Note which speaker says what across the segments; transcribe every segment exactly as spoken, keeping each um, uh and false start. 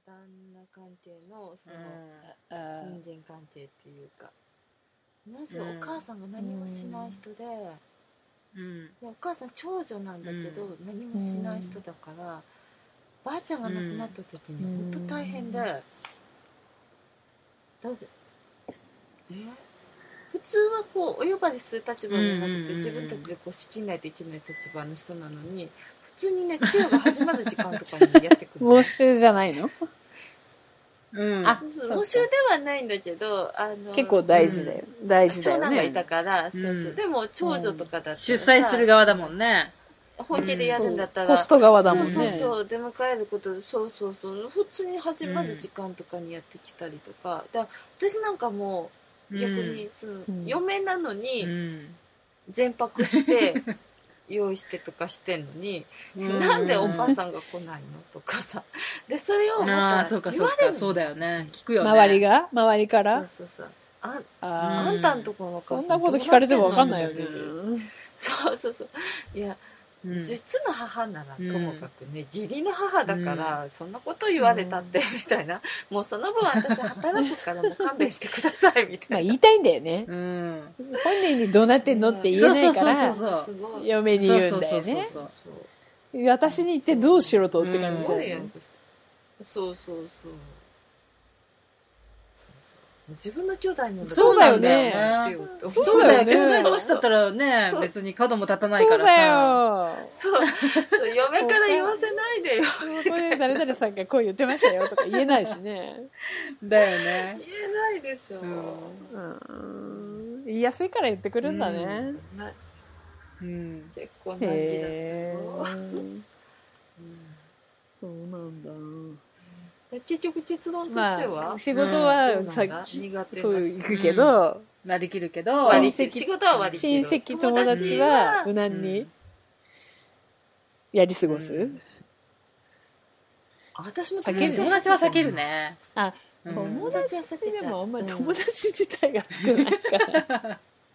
Speaker 1: 旦那関係のその、
Speaker 2: うん、
Speaker 1: 人間関係っていうか、マジお母さんが何もしない人で、
Speaker 2: うん、
Speaker 1: いやお母さん長女なんだけど、うん、何もしない人だから、ばあちゃんが亡くなった時に本当大変で、だってえ普通はこうお呼ばれする立場じゃなくて、自分たちでこう仕切んないといけない立場の人なのに、普通にね通夜が始まる時間とかにやってくる、
Speaker 2: ね、募集じゃないの？
Speaker 1: うん、あ募集ではないんだけど、あの
Speaker 2: 結構大事だよ、うん、大事だよね。
Speaker 1: 長男がいたから、うん、そうそう、でも長女とかだったら、
Speaker 3: 主催する側だもんね。
Speaker 1: 本気でやるんだったら、
Speaker 2: うん、ホスト側だもんね。
Speaker 1: そうそうそう、出迎えること、そうそうそう、普通に始まる時間とかにやってきたりとか、だ私なんかもう逆にその、うん、嫁なのに全泊して用意してとかしてんのに、うん、なんでお母さんが来ないのとかさ、でそれをまた言われる。
Speaker 3: そうだよね、聞くよね。
Speaker 2: 周りが周りから。
Speaker 1: そうそうそう。あああんたんとこのお母さん
Speaker 2: そんなこと聞かれても分かんないよね。
Speaker 1: そうそうそう。いや。うん、実の母ならともかくね、義理の母だから、うん、そんなこと言われたって、みたいな、もうその分私働くからもう勘弁してくださいみたいな。
Speaker 2: まあ言いたいんだよね、うん、本人にどうなってんのって言えないから嫁に言うんだよね。私に言ってどうしろとって感じだよね、
Speaker 1: うん、そうそうそう、自分の兄弟にも
Speaker 2: そうだよね。
Speaker 3: そうだよね。兄弟同士だったらね、別に角も立たないからさ。
Speaker 1: そうだよ。そう。嫁から言わせないでよ。
Speaker 2: これ誰々さんがこう言ってましたよとか言えないしね。
Speaker 3: だよね。
Speaker 1: 言えないでしょ。
Speaker 2: うん。言いやすいから言ってくるんだね。
Speaker 1: うん。結構難儀だったよ。
Speaker 2: そうなんだ。
Speaker 1: 結局結論としては、
Speaker 2: まあ、仕事はさ、うん、そう行くけど、
Speaker 3: うん、割り切るけど
Speaker 2: 親戚
Speaker 1: 仕事は割り切る、
Speaker 2: 親戚友達は無難にやり過ごす、うん、
Speaker 1: あ私も
Speaker 3: 友達は避けるね。
Speaker 2: あ、友達は避けちゃう。でもあんまり友達自体が少ないから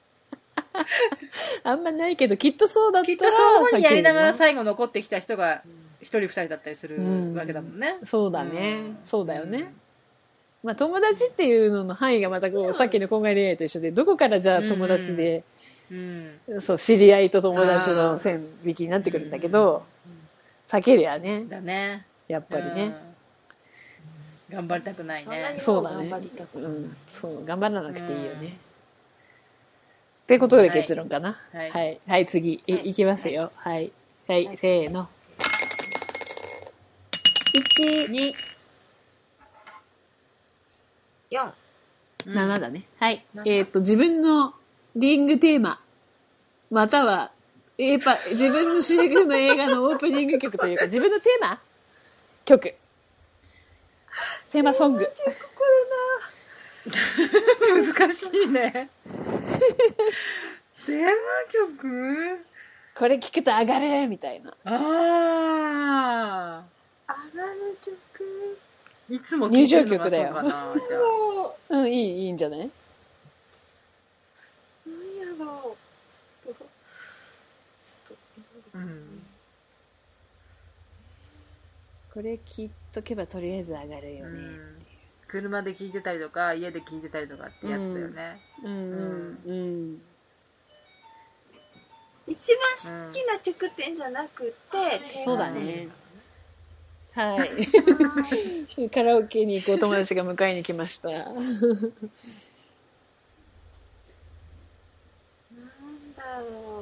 Speaker 2: あんまないけど、きっとそうだったら
Speaker 3: きっとそういうふうにやりながら最後残ってきた人が一人二人だったりするわけだもんね、
Speaker 2: うん、そうだね、うん、そうだよね、まあ、友達っていうのの範囲がまたこう、うん、さっきの婚外恋愛と一緒で、どこからじゃあ友達で、うんうん、そう知り合いと友達の線引きになってくるんだけど、避けるやね
Speaker 3: だね、
Speaker 2: やっぱりね、
Speaker 3: うん、頑張りたくないね。
Speaker 2: そうだね、うん、そう頑張らなくていいよね、うんってことで結論かな。はい。はい。はい、次、はい、いきますよ。はい。はい、はい、せーの。いち、に、
Speaker 1: よん、
Speaker 2: ななだね。はい。えっと、自分のリングテーマ、または、エーパ、自分の主役の映画のオープニング曲というか、自分のテーマ曲。テーマソング。これ
Speaker 3: な。難しいね。テーマ曲？
Speaker 2: これ聞くと上がるみたいな。
Speaker 3: あ
Speaker 1: あ。上がる曲。
Speaker 3: いつも聞いてるのがそうかな。じゃ
Speaker 2: あ。うん、いい、いいんじゃない？
Speaker 1: 何やろう。
Speaker 3: うん。
Speaker 2: これ聞いとけばとりあえず上がるよね。うん、
Speaker 3: 車で聞いてたりとか、家で聞いてたりとかってやつだよね。
Speaker 2: うん。うん。うんうん
Speaker 1: 一番好きな曲ってんじゃなくて、
Speaker 2: うん、そうだね。はい。カラオケに行こう友達が迎えに来ました。なんだ
Speaker 1: ろ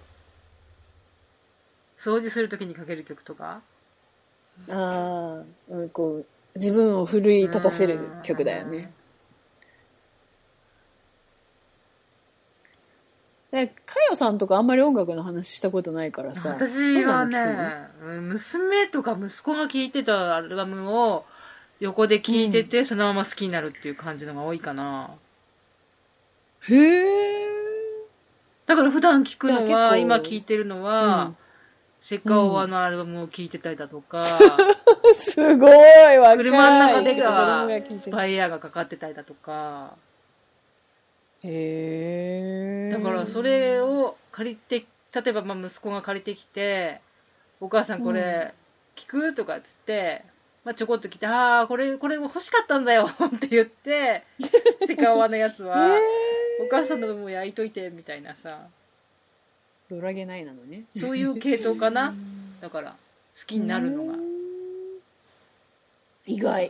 Speaker 3: う。掃除するときにかける曲とか？
Speaker 2: ああ、うん、こう自分を奮い立たせる曲だよね。え、かよさんとかあんまり音楽の話したことないからさ。
Speaker 3: 私はね、娘とか息子が聴いてたアルバムを横で聴いてて、うん、そのまま好きになるっていう感じのが多いかな。
Speaker 2: へー。
Speaker 3: だから普段聴くのは、今聴いてるのは、うん、セカオワのアルバムを聴いてたりだとか、
Speaker 2: うん、すごい若い。
Speaker 3: 車の中でがスパイエアがかかってたりだとか、
Speaker 2: へー。
Speaker 3: だからそれを借りて、例えばまあ息子が借りてきて、お母さんこれ聞くとかっつってまあ、ちょこっと来て、ああ、これ、これ欲しかったんだよって言って、セカオワのやつは、えー、お母さんの分も焼いといて、みたいなさ。
Speaker 2: ドラゲないなのね。
Speaker 3: そういう系統かなだから、好きになるのが。
Speaker 2: 意外。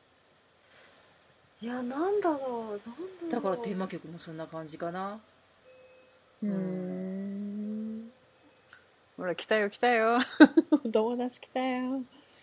Speaker 1: いや、なんだろう、なんだろう。
Speaker 3: だからテーマ曲もそんな感じかな。
Speaker 2: うーん。ほら、来たよ、来たよ。お友達来たよ。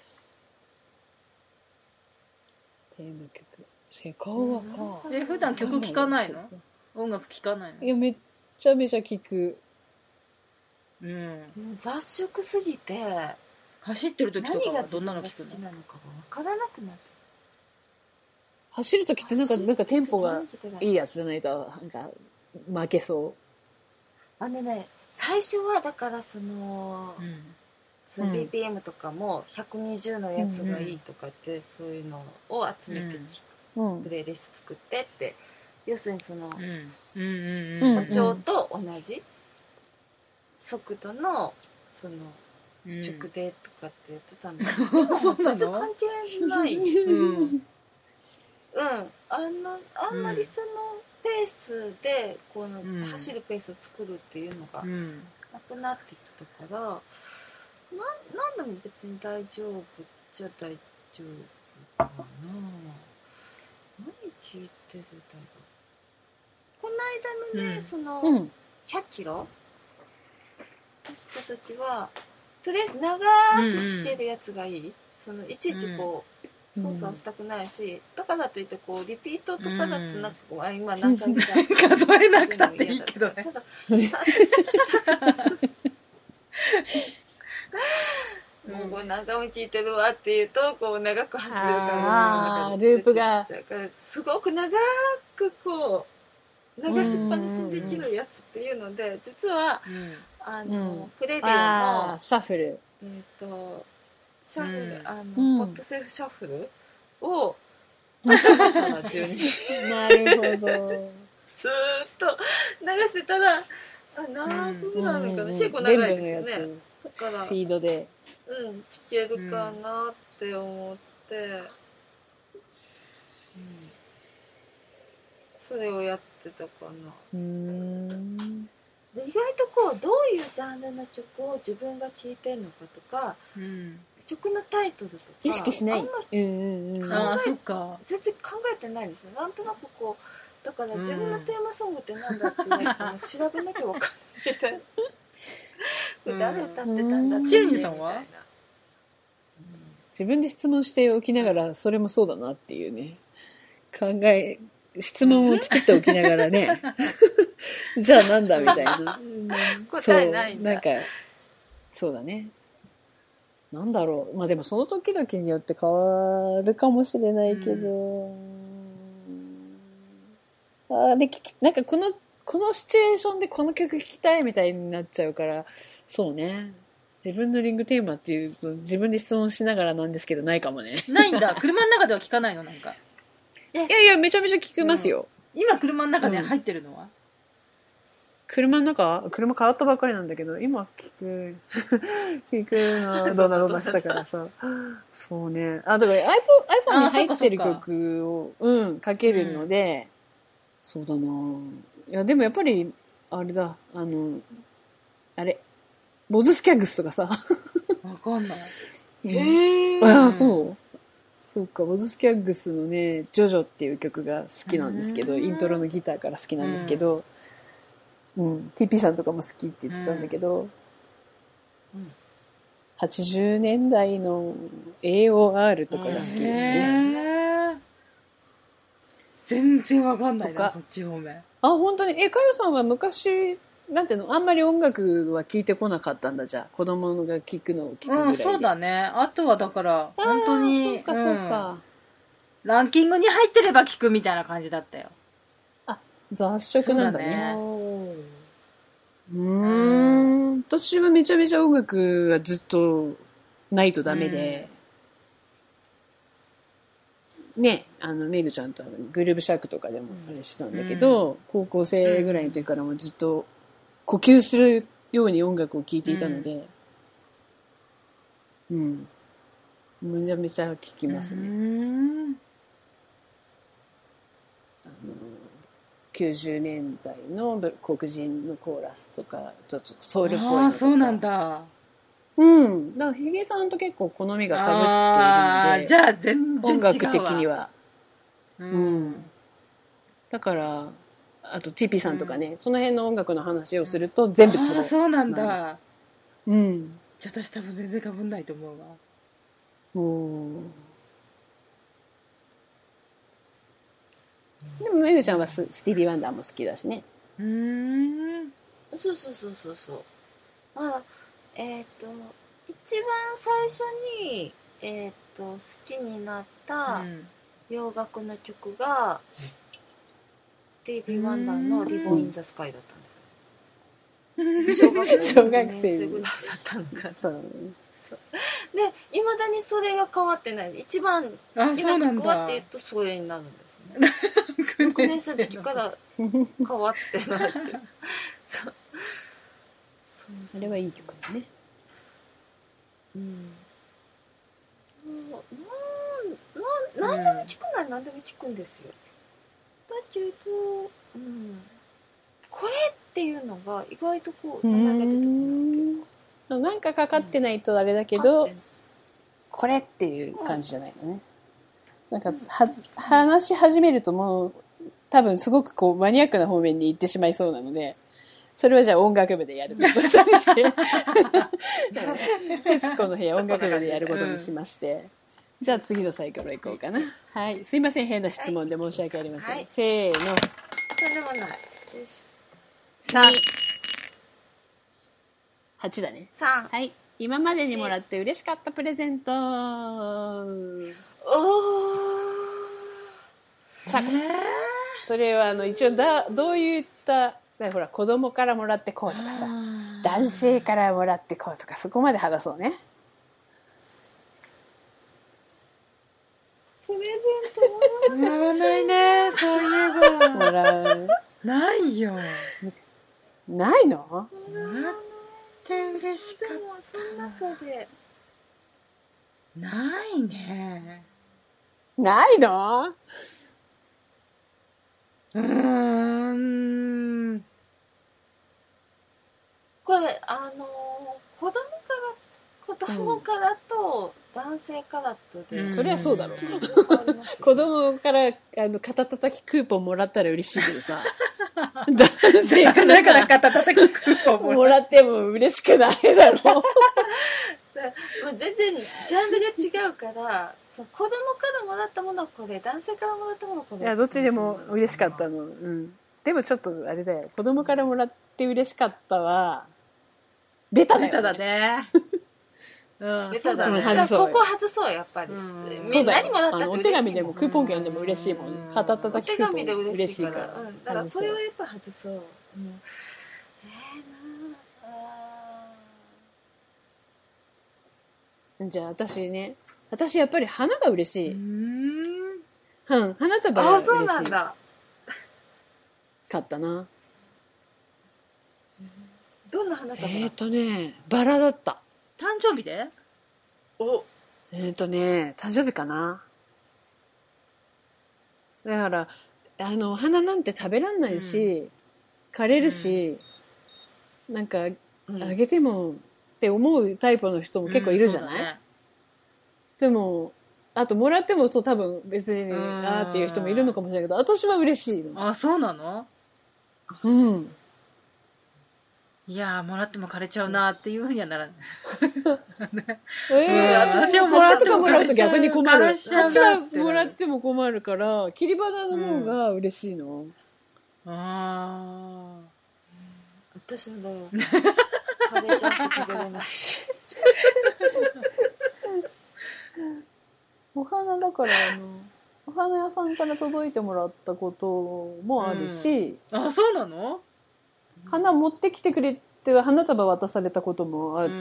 Speaker 2: テーマ曲。セカオワか。
Speaker 3: え、普段曲聴かないの？音楽聴かないの？
Speaker 2: いや、めっちゃめちゃ聴く。
Speaker 3: うん。
Speaker 1: 雑食すぎて、
Speaker 3: 走ってる時とかはどんなの聴くの？
Speaker 1: 何が自分が好きなのか分からなくなって。
Speaker 2: 走る時ってなんか、なんかテンポがいいやつじゃないと、なんか、負けそう。
Speaker 1: あのね、最初はだからその、うん、その ビーピーエム とかもひゃくにじゅうのやつがいいとかって、うん、そういうのを集めて、うん、プレイリスト作ってって、要するにその、歩調と同じ速度のその曲でとかってやってたんだけど、うん、全然関係ない。うんうん、あのあんまりそのペースでこの走るペースを作るっていうのがなくなってきたから、うん、ななんでも別に大丈夫じゃ大丈夫かな。何聞いてるだろう。この間のね、うん、その、うん、ひゃっキロ走った時はとりあえず長く聴けるやつがいい、うん、そのいちいちこう、うん操作をしたくないし、うん、だからといってこうリピートとかだとなんか、うん、あ今何回見た数
Speaker 3: えなくたっていいけどね。ただ
Speaker 1: もうこう何回も聞いてるわっていうとこう長く走ってる
Speaker 2: からあループが
Speaker 1: すごく長くこう流しっぱなしにできるやつっていうので、実は、うん、あの、うん、プレビューの
Speaker 2: シャッフル
Speaker 1: えっ、ー、とシャッフル、うん、あの、うん、ポッドセーフシャッフルを頭から順に
Speaker 2: なるほど
Speaker 1: ずーっと流してたらあ何分ぐらいあるのかな、うん、結構長いですね。だから
Speaker 2: フィードで
Speaker 1: うん聞けるかなって思って、うん、それをやってたかな。
Speaker 2: うーん
Speaker 1: で意外とこうどういうジャンルの曲を自分が聴いてるのかとか、うん曲のタイトルとか
Speaker 2: 意識しない。あんま
Speaker 1: り考え、あ、そっか。全然考えてないんですよ。なんとなくこうだから自分のテーマソングってなんだって言われたら調べなきゃ分かんないみたいな。これ誰歌ってたんだって。
Speaker 3: チルニさんは？
Speaker 2: 自分で質問しておきながらそれもそうだなっていうね考え質問を作っておきながらねじゃあなんだみたいな
Speaker 1: 答えないんだ。
Speaker 2: そうなんかそうだね。なんだろう。まあでもその時々によって変わるかもしれないけど、うん、あれ聞き、なんかこの、このシチュエーションでこの曲聴きたいみたいになっちゃうから、そうね。自分のリングテーマっていう、自分で質問しながらなんですけど、ないかもね。
Speaker 3: ないんだ。車の中では聞かないのなんか。
Speaker 2: いやいや、めちゃめちゃ聞きますよ。
Speaker 3: うん、今車の中で入ってるのは、うん
Speaker 2: 車の中車変わったばっかりなんだけど今聞く聞くのどんなどんなしたからさそうねあだから iPhone, iPhone に入ってる曲をうんかけるので、うん、そうだないやでもやっぱりあれだあのあれボズスキャグスとかさ
Speaker 3: わかんない
Speaker 2: へえああそうそうかボズスキャグスのねジョジョっていう曲が好きなんですけどイントロのギターから好きなんですけど、うんうん、ティーピー さんとかも好きって言ってたんだけど、うん、はちじゅうねんだいの エーオーアール とかが好きですね。
Speaker 3: 全然わかんないなそっち方面。
Speaker 2: あ本当にえかよさんは昔なんていうのあんまり音楽は聴いてこなかったんだじゃあ子供が聴くのを聴くぐらいで、
Speaker 3: うん、そうだね。あとはだから本当に
Speaker 2: そうかそうか、
Speaker 3: うん、ランキングに入ってれば聴くみたいな感じだったよ。
Speaker 2: 雑食なんだね。うーん。私はめちゃめちゃ音楽がずっとないとダメで、うん、ね、あの、メグちゃんとグルーブシャークとかでもあれしてたんだけど、うん、高校生ぐらいの時からもずっと呼吸するように音楽を聴いていたので、うん。うん、 めちゃめちゃ聞きますね。
Speaker 3: うーん
Speaker 2: あのきゅうじゅうねんだいの黒人のコーラスとかちょっとソウルっぽいのとか。
Speaker 3: ああ、そうなんだ。
Speaker 2: うん。だからヒゲさんと結構好みが被っているので、
Speaker 3: ああ、じゃあ全然違うわ。
Speaker 2: 音楽的には。
Speaker 3: う
Speaker 2: うんん。だからあと ティーピー さんとかね、うん、その辺の音楽の話をすると全部ツボなんです。
Speaker 3: ああ、そうなんだ。
Speaker 2: うん。
Speaker 3: じゃあ私多分全然被んないと思うわ。
Speaker 2: うん。でもめぐちゃんはス、スティービー・ワンダーも好きだしね。
Speaker 3: うーん。
Speaker 1: そうそうそうそうそう。まあえっ、ー、と一番最初にえっ、ー、と好きになった洋楽の曲が、うん、スティービー・ワンダーのリボン・イン・ザ・スカイだったんですよ。小学校
Speaker 2: 小学生
Speaker 1: ぐらいだったのかな。
Speaker 2: そう
Speaker 1: そうでいまだにそれが変わってない。一番好きな曲はって言うとそれになるんですね。ろくねん生の時から変わってないってそうそう
Speaker 2: あれはいい曲だね。
Speaker 1: うんなななんでも聞くなら何でも聞くんですよ。だけど、うん、これっていうのが意外とこう名前が出てこないっていうか、
Speaker 2: なんかかかってないとあれだけど、うん、これっていう感じじゃないのね。うん、なんかは話し始めるともう多分すごくこうマニアックな方面に行ってしまいそうなので、それはじゃあ音楽部でやることにして徹子の部屋音楽部でやることにしまして、うん、じゃあ次のサイコロ行こうかな。はい、すいません変な質問で申し訳ありません、はい、せーの。
Speaker 1: それでもない
Speaker 2: さんはちだね。
Speaker 1: さん
Speaker 2: はい、今までにもらって嬉しかったプレゼント。お
Speaker 1: ー
Speaker 2: さあ、えー、それはあの一応だどういったほら子供からもらってこうとかさ、男性からもらってこうとか、そこまで話そうね。
Speaker 1: プレゼント
Speaker 3: もらわないね、そういえば。
Speaker 2: もらう
Speaker 3: ないよ。
Speaker 2: ないの？
Speaker 3: もらって嬉しかった。でも
Speaker 1: その中で
Speaker 3: ないね。
Speaker 2: ないの？
Speaker 3: うーん。
Speaker 1: これあの子供から子供からと男性からとで、
Speaker 2: うん、そりゃそうだろう。子供からあの肩叩きクーポンもらったら嬉しいけどさ、男性から
Speaker 3: から肩叩きクーポン
Speaker 2: もらっても嬉しくないだろう。
Speaker 1: 全然ジャンルが違うから、そう子供からもらったものはこれ、男性からもらったものはこれ。
Speaker 2: いやどっちでも嬉しかったの。うん。でもちょっとあれだよ。子供からもらって嬉しかったはベタだよね。
Speaker 3: ベタだね。うん、
Speaker 1: ベタだね。
Speaker 2: だ
Speaker 1: ここ外そうやっぱり。うん、
Speaker 2: そうだよ。
Speaker 1: 何もらったって嬉しいもん。
Speaker 2: お手紙でもクーポン券でも嬉しいもん。うん、肩叩きクーポン
Speaker 1: で
Speaker 2: 嬉しいから。
Speaker 1: うん、だからこれはやっぱ外そう。うん、えー、な
Speaker 2: あ。じゃあ私ね、私やっぱり花が嬉しい。う
Speaker 3: ーん。
Speaker 2: うん、花束が嬉しい。
Speaker 1: あ、そうなんだ。
Speaker 2: かったな。
Speaker 1: どんな花束？
Speaker 2: えっとね、バラだった。
Speaker 3: 誕生日で？
Speaker 1: お。
Speaker 2: えっとね、誕生日かな。だからあの花なんて食べらんないし、うん、枯れるし、うん、なんか、うん、あげてもって思うタイプの人も結構いるじゃない？うん、ね、でもあともらってもそう多分別にあーっていう人もいるのかもしれないけど、私は嬉しいの。
Speaker 3: あ、そうなの？
Speaker 2: うん。
Speaker 3: いやーもらっても枯れちゃうなーっていうふうにはならない。
Speaker 2: えー、私はもらってもらうと逆に困る。蜂はもらっても困るから切り花の方が嬉しいの。
Speaker 3: うん、ああ。
Speaker 1: 私もだよ。枯れちゃうし食べれないし。
Speaker 2: お花だからあのお花屋さんから届いてもらったこともあるし、
Speaker 3: うん、あ、そうなの？
Speaker 2: 花持ってきてくれて花束渡されたこともあって、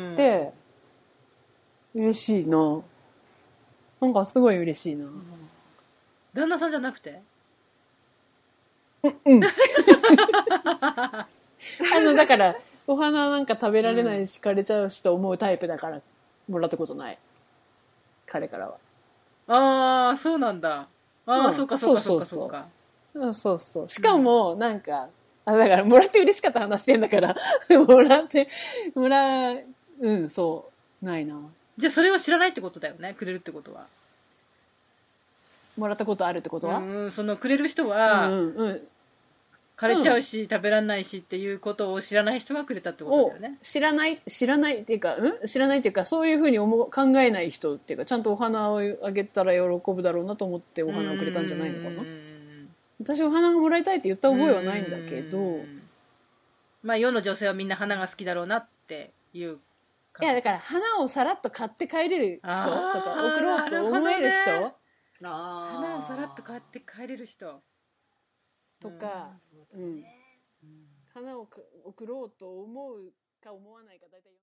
Speaker 2: うん、嬉しいな。なんかすごい嬉しいな。うん、
Speaker 3: 旦那さんじゃなくて？
Speaker 2: うんうん。あのだからお花なんか食べられないし枯れちゃうしと思うタイプだからもらったことない。 彼からは。
Speaker 3: ああ、そうなんだ。ああ、
Speaker 2: うん
Speaker 3: そうかそうかそうかそうか。
Speaker 2: うん、そうそう。しかも、なんか、あ、だからもらって嬉しかった話してんだから、もらって、もら、うん、そう、ないな。
Speaker 3: じゃあそれを知らないってことだよね、くれるってことは。
Speaker 2: もらったことあるってことは、
Speaker 3: うん、そのくれる人
Speaker 2: うん
Speaker 3: は、
Speaker 2: うんうん。
Speaker 3: 枯れちゃうし、食べられないしっていうことを知らない人がくれたってことだよね。
Speaker 2: 知らない、知らないっていうか、うん知らないっていうか、そういうふうに思う考えない人っていうか、ちゃんとお花をあげたら喜ぶだろうなと思ってお花をくれたんじゃないのかな。私お花がもらいたいって言った覚えはないんだけど、
Speaker 3: まあ世の女性はみんな花が好きだろうなっていう
Speaker 2: いやだから花をさらっと買って帰れる人とか送ろうと思える人、
Speaker 3: ね、花をさらっと買って帰れる人
Speaker 2: とか、うん、花を送ろうと思うか思わないか大体